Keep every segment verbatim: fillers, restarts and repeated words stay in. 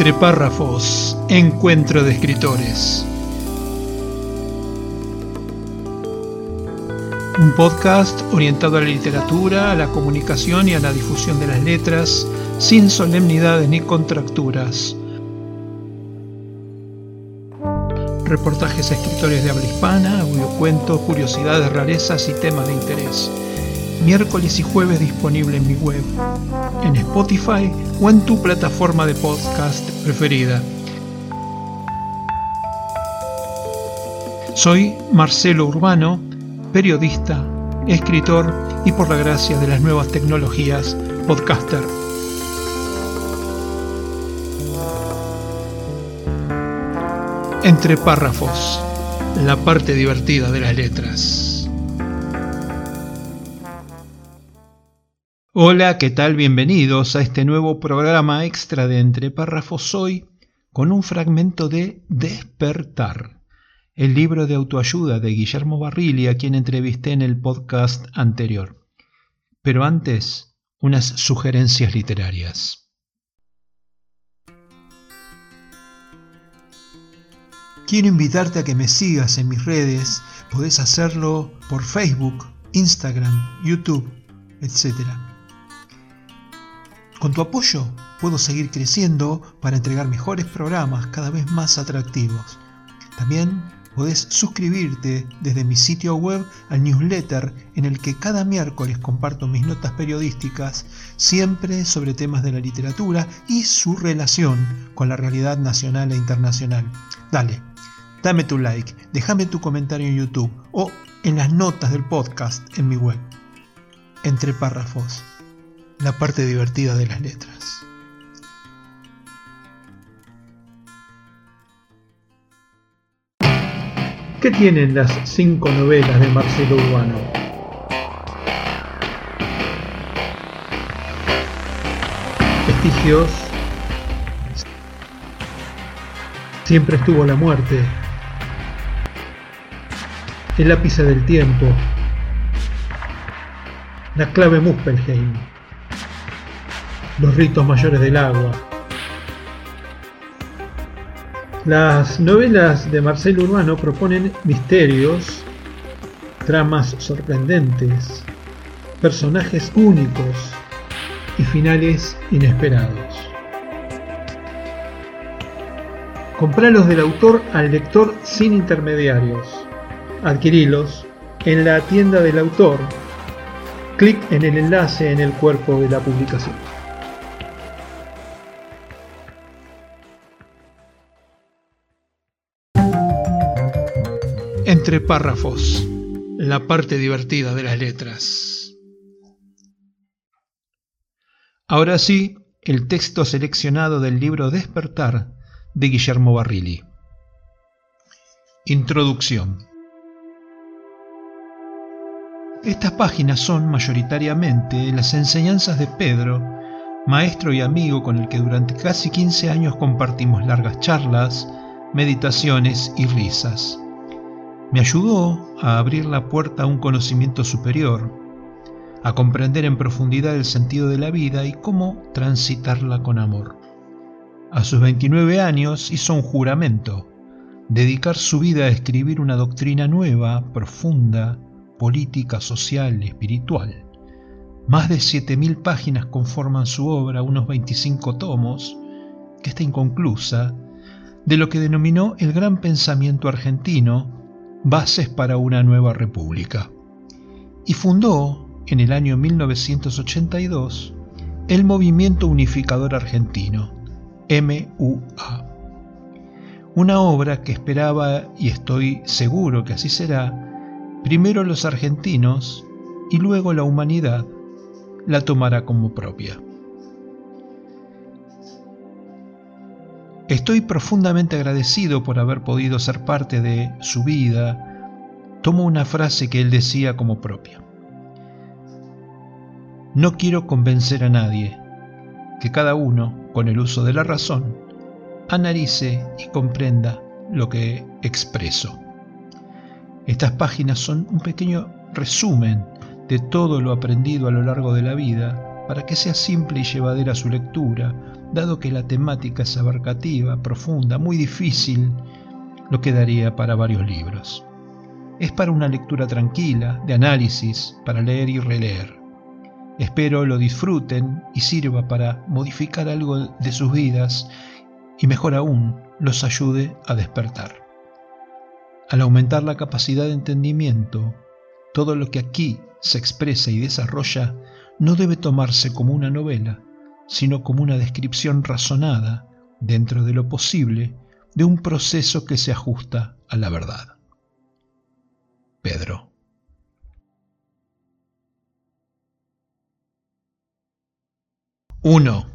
Entre párrafos, encuentro de escritores. Un podcast orientado a la literatura, a la comunicación y a la difusión de las letras, sin solemnidades ni contracturas. Reportajes a escritores de habla hispana, audiocuentos, curiosidades, rarezas y temas de interés. Miércoles y jueves disponible en mi web, en Spotify o en tu plataforma de podcast preferida. Soy Marcelo Urbano, periodista, escritor y, por la gracia de las nuevas tecnologías, podcaster. Entre párrafos, la parte divertida de las letras. Hola, ¿qué tal? Bienvenidos a este nuevo programa extra de Entre párrafos, hoy con un fragmento de Despertar, el libro de autoayuda de Guillermo Barrilli, a quien entrevisté en el podcast anterior. Pero antes, unas sugerencias literarias. Quiero invitarte a que me sigas en mis redes. Podés hacerlo por Facebook, Instagram, YouTube, etcétera. Con tu apoyo puedo seguir creciendo para entregar mejores programas cada vez más atractivos. También podés suscribirte desde mi sitio web al newsletter en el que cada miércoles comparto mis notas periodísticas, siempre sobre temas de la literatura y su relación con la realidad nacional e internacional. Dale, dame tu like, déjame tu comentario en YouTube o en las notas del podcast en mi web. Entre párrafos, la parte divertida de las letras. ¿Qué tienen las cinco novelas de Marcelo Urbano? Vestigios. Siempre estuvo la muerte. El ápice del tiempo. La clave Muspelheim. Los ritos mayores del agua. Las novelas de Marcelo Urbano proponen misterios, tramas sorprendentes, personajes únicos y finales inesperados. Compralos del autor al lector sin intermediarios. Adquirilos en la tienda del autor. Clic en el enlace en el cuerpo de la publicación. Entre párrafos, la parte divertida de las letras. Ahora sí, el texto seleccionado del libro Despertar de Guillermo Barrilli. Introducción. Estas páginas son mayoritariamente las enseñanzas de Pedro, maestro y amigo con el que durante casi quince años compartimos largas charlas, meditaciones y risas. Me ayudó a abrir la puerta a un conocimiento superior, a comprender en profundidad el sentido de la vida y cómo transitarla con amor. A sus veintinueve años hizo un juramento: dedicar su vida a escribir una doctrina nueva, profunda, política, social, espiritual. Más de siete mil páginas conforman su obra, unos veinticinco tomos, que está inconclusa, de lo que denominó el gran pensamiento argentino, Bases para una nueva república. Y fundó, en el año mil novecientos ochenta y dos, el Movimiento Unificador Argentino, M U A. Una obra que esperaba, y estoy seguro que así será, primero los argentinos y luego la humanidad la tomará como propia. Estoy profundamente agradecido por haber podido ser parte de su vida. Tomo una frase que él decía como propia: no quiero convencer a nadie, que cada uno, con el uso de la razón, analice y comprenda lo que expreso. Estas páginas son un pequeño resumen de todo lo aprendido a lo largo de la vida para que sea simple y llevadera su lectura, dado que la temática es abarcativa, profunda, muy difícil, lo quedaría para varios libros. Es para una lectura tranquila, de análisis, para leer y releer. Espero lo disfruten y sirva para modificar algo de sus vidas y, mejor aún, los ayude a despertar. Al aumentar la capacidad de entendimiento, todo lo que aquí se expresa y desarrolla no debe tomarse como una novela, sino como una descripción razonada, dentro de lo posible, de un proceso que se ajusta a la verdad. Pedro. uno.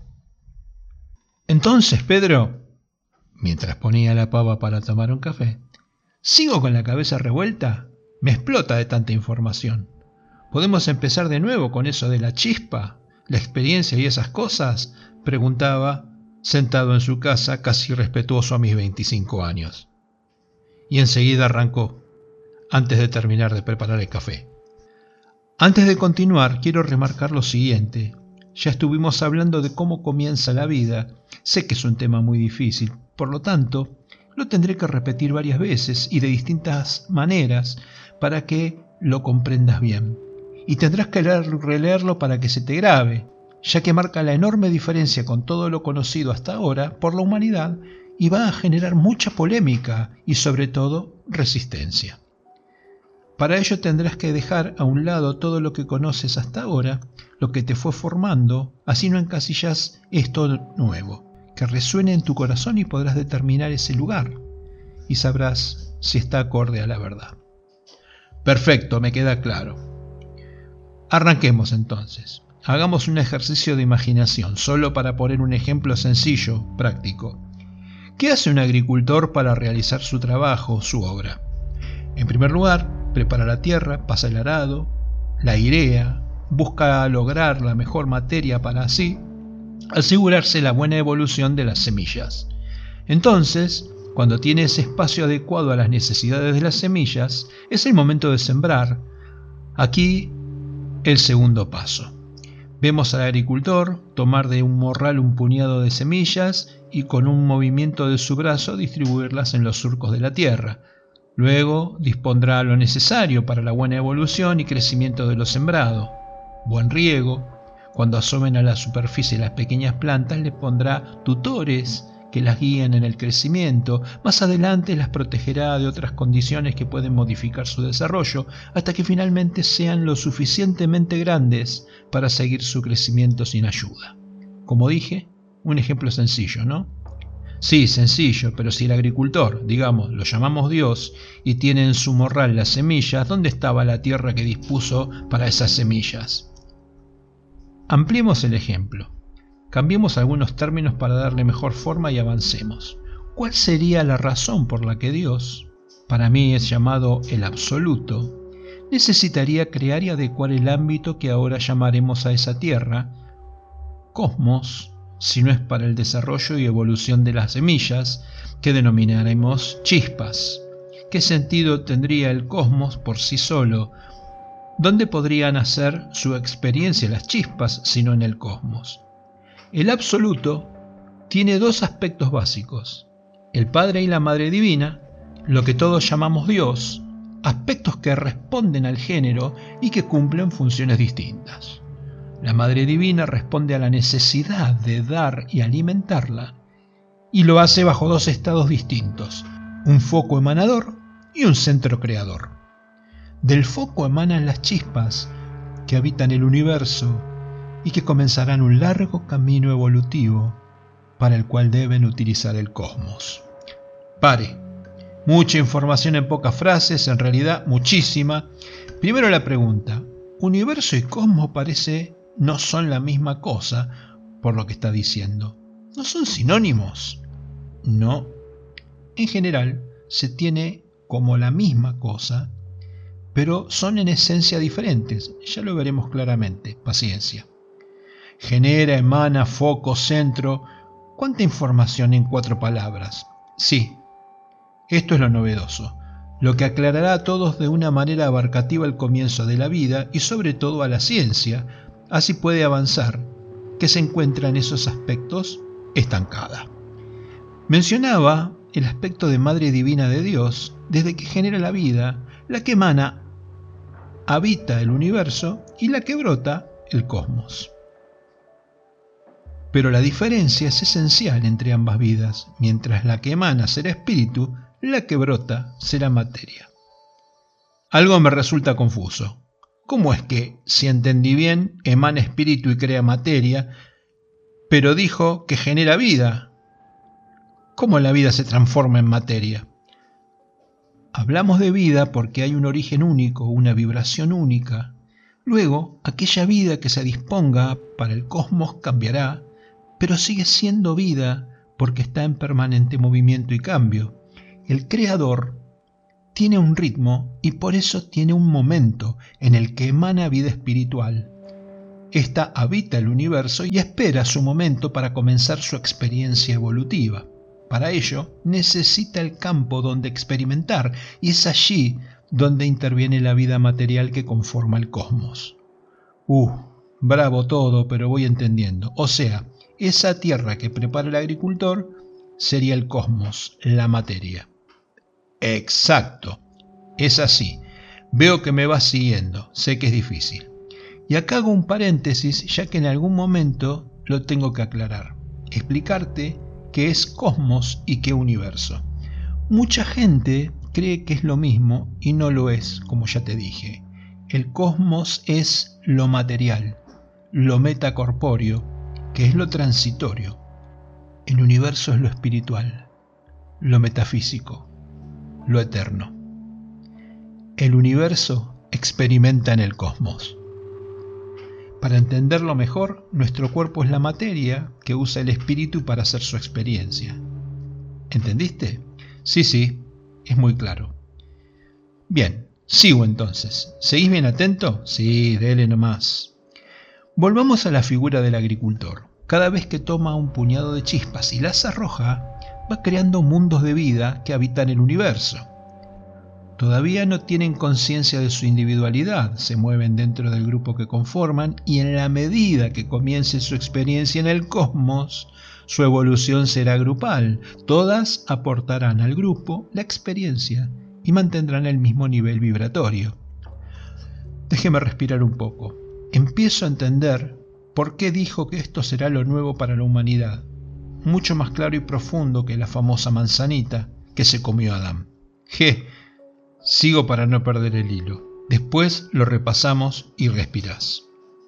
Entonces, Pedro, mientras ponía la pava para tomar un café, ¿sigo con la cabeza revuelta? Me explota de tanta información. ¿Podemos empezar de nuevo con eso de la chispa, la experiencia y esas cosas?, preguntaba, sentado en su casa, casi respetuoso a mis veinticinco años. Y enseguida arrancó, antes de terminar de preparar el café. Antes de continuar, quiero remarcar lo siguiente. Ya estuvimos hablando de cómo comienza la vida. Sé que es un tema muy difícil, por lo tanto, lo tendré que repetir varias veces y de distintas maneras para que lo comprendas bien. Y tendrás que leerlo y releerlo para que se te grabe, ya que marca la enorme diferencia con todo lo conocido hasta ahora por la humanidad y va a generar mucha polémica y sobre todo resistencia. Para ello tendrás que dejar a un lado todo lo que conoces hasta ahora, lo que te fue formando, así no encasillas esto nuevo, que resuene en tu corazón y podrás determinar ese lugar y sabrás si está acorde a la verdad. Perfecto, me queda claro. Arranquemos entonces. Hagamos un ejercicio de imaginación, solo para poner un ejemplo sencillo, práctico. ¿Qué hace un agricultor para realizar su trabajo, su obra? En primer lugar, prepara la tierra, pasa el arado, la airea, busca lograr la mejor materia para así asegurarse la buena evolución de las semillas. Entonces, cuando tiene ese espacio adecuado a las necesidades de las semillas, es el momento de sembrar. Aquí, el segundo paso. Vemos al agricultor tomar de un morral un puñado de semillas y con un movimiento de su brazo distribuirlas en los surcos de la tierra. Luego dispondrá lo necesario para la buena evolución y crecimiento de lo sembrado. Buen riego. Cuando asomen a la superficie las pequeñas plantas, le pondrá tutores que las guíen en el crecimiento. Más adelante las protegerá de otras condiciones que pueden modificar su desarrollo, hasta que finalmente sean lo suficientemente grandes para seguir su crecimiento sin ayuda. Como dije, un ejemplo sencillo, ¿no? Sí, sencillo, pero si el agricultor, digamos, lo llamamos Dios, y tiene en su morral las semillas, ¿dónde estaba la tierra que dispuso para esas semillas? Ampliemos el ejemplo. Cambiemos algunos términos para darle mejor forma y avancemos. ¿Cuál sería la razón por la que Dios, para mí es llamado el absoluto, necesitaría crear y adecuar el ámbito que ahora llamaremos a esa tierra, cosmos, si no es para el desarrollo y evolución de las semillas, que denominaremos chispas? ¿Qué sentido tendría el cosmos por sí solo? ¿Dónde podrían hacer su experiencia las chispas sino en el cosmos? El absoluto tiene dos aspectos básicos: el Padre y la Madre Divina, lo que todos llamamos Dios, aspectos que responden al género y que cumplen funciones distintas. La Madre Divina responde a la necesidad de dar y alimentarla, y lo hace bajo dos estados distintos: un foco emanador y un centro creador. Del foco emanan las chispas que habitan el universo y que comenzarán un largo camino evolutivo para el cual deben utilizar el cosmos. Pare. Mucha información en pocas frases, en realidad muchísima. Primero la pregunta: universo y cosmos parece no son la misma cosa, por lo que está diciendo. ¿No son sinónimos? No. En general se tiene como la misma cosa, pero son en esencia diferentes. Ya lo veremos claramente. Paciencia. Genera, emana, foco, centro. ¿Cuánta información en cuatro palabras? Sí, esto es lo novedoso, lo que aclarará a todos de una manera abarcativa el comienzo de la vida y sobre todo a la ciencia, Así puede avanzar, que se encuentra en esos aspectos estancada. Mencionaba el aspecto de Madre Divina de Dios, desde que genera la vida, la que emana, habita el universo y la que brota el cosmos. Pero la diferencia es esencial entre ambas vidas. Mientras la que emana será espíritu, la que brota será materia. Algo me resulta confuso. ¿Cómo es que, si entendí bien, emana espíritu y crea materia, pero dijo que genera vida? ¿Cómo la vida se transforma en materia? Hablamos de vida porque hay un origen único, una vibración única. Luego, aquella vida que se disponga para el cosmos cambiará, pero sigue siendo vida porque está en permanente movimiento y cambio. El Creador tiene un ritmo y por eso tiene un momento en el que emana vida espiritual. Esta habita el universo y espera su momento para comenzar su experiencia evolutiva. Para ello necesita el campo donde experimentar y es allí donde interviene la vida material que conforma el cosmos. Uh, bravo todo, pero voy entendiendo. O sea, esa tierra que prepara el agricultor sería el cosmos, la materia. Exacto, es así. Veo que me vas siguiendo, sé que es difícil. Y acá hago un paréntesis, ya que en algún momento lo tengo que aclarar. Explicarte qué es cosmos y qué universo. Mucha gente cree que es lo mismo y no lo es, como ya te dije. El cosmos es lo material, lo metacorpóreo, que es lo transitorio. El universo es lo espiritual, lo metafísico, lo eterno. El universo experimenta en el cosmos. Para entenderlo mejor, nuestro cuerpo es la materia que usa el espíritu para hacer su experiencia. ¿Entendiste? Sí, sí, es muy claro. Bien, sigo entonces. ¿Seguís bien atento? Sí, dele nomás. Volvamos a la figura del agricultor. Cada vez que toma un puñado de chispas y las arroja, va creando mundos de vida que habitan el universo. Todavía no tienen conciencia de su individualidad, se mueven dentro del grupo que conforman y en la medida que comience su experiencia en el cosmos, su evolución será grupal. Todas aportarán al grupo la experiencia y mantendrán el mismo nivel vibratorio. Déjeme respirar un poco. Empiezo a entender por qué dijo que esto será lo nuevo para la humanidad, mucho más claro y profundo que la famosa manzanita que se comió Adán. Je, sigo para no perder el hilo. Después lo repasamos y respirás.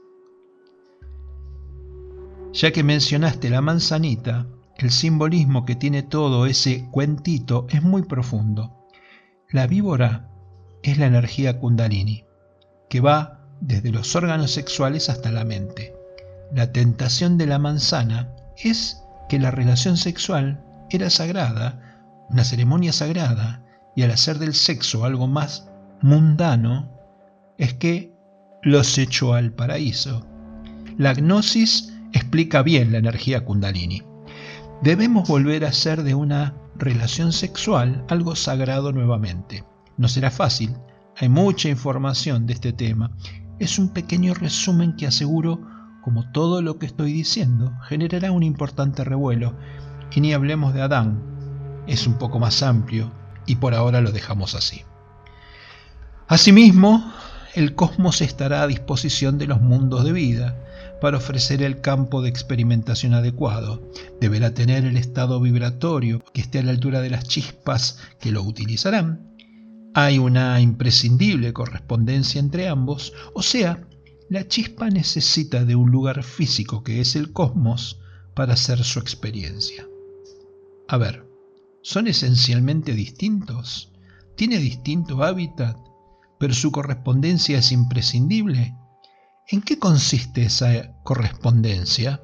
Ya que mencionaste la manzanita, el simbolismo que tiene todo ese cuentito es muy profundo. La víbora es la energía kundalini, que va desde los órganos sexuales hasta la mente. La tentación de la manzana es que la relación sexual era sagrada, una ceremonia sagrada, y al hacer del sexo algo más mundano, es que los echó al paraíso. La gnosis explica bien la energía kundalini. Debemos volver a hacer de una relación sexual algo sagrado nuevamente. No será fácil, hay mucha información de este tema. Es un pequeño resumen que aseguro, como todo lo que estoy diciendo, generará un importante revuelo. Y ni hablemos de Adán, es un poco más amplio y por ahora lo dejamos así. Asimismo, el cosmos estará a disposición de los mundos de vida para ofrecer el campo de experimentación adecuado. Deberá tener el estado vibratorio que esté a la altura de las chispas que lo utilizarán. Hay una imprescindible correspondencia entre ambos, o sea, la chispa necesita de un lugar físico que es el cosmos para hacer su experiencia. A ver, ¿son esencialmente distintos? ¿Tiene distinto hábitat, pero su correspondencia es imprescindible? ¿En qué consiste esa correspondencia?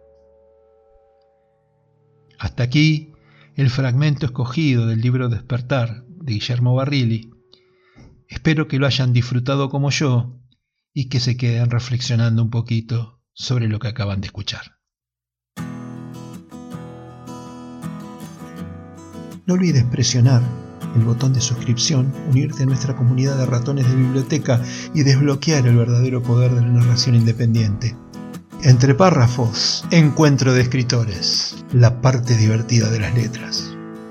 Hasta aquí el fragmento escogido del libro Despertar de Guillermo Barilli. Espero que lo hayan disfrutado como yo y que se queden reflexionando un poquito sobre lo que acaban de escuchar. No olvides presionar el botón de suscripción, unirte a nuestra comunidad de ratones de biblioteca y desbloquear el verdadero poder de la narración independiente. Entre párrafos, encuentro de escritores, la parte divertida de las letras.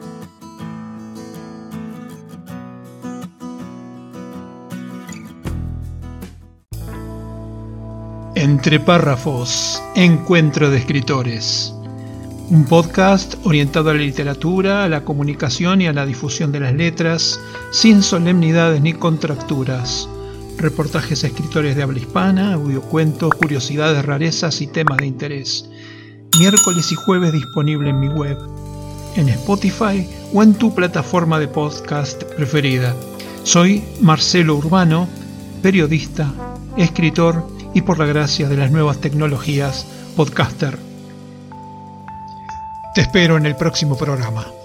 Entre párrafos, encuentro de escritores. Un podcast orientado a la literatura, a la comunicación y a la difusión de las letras, sin solemnidades ni contracturas. Reportajes a escritores de habla hispana, audiocuentos, curiosidades, rarezas y temas de interés. Miércoles y jueves disponible en mi web, en Spotify o en tu plataforma de podcast preferida. Soy Marcelo Urbano, periodista, escritor y, por la gracia de las nuevas tecnologías, podcaster. Te espero en el próximo programa.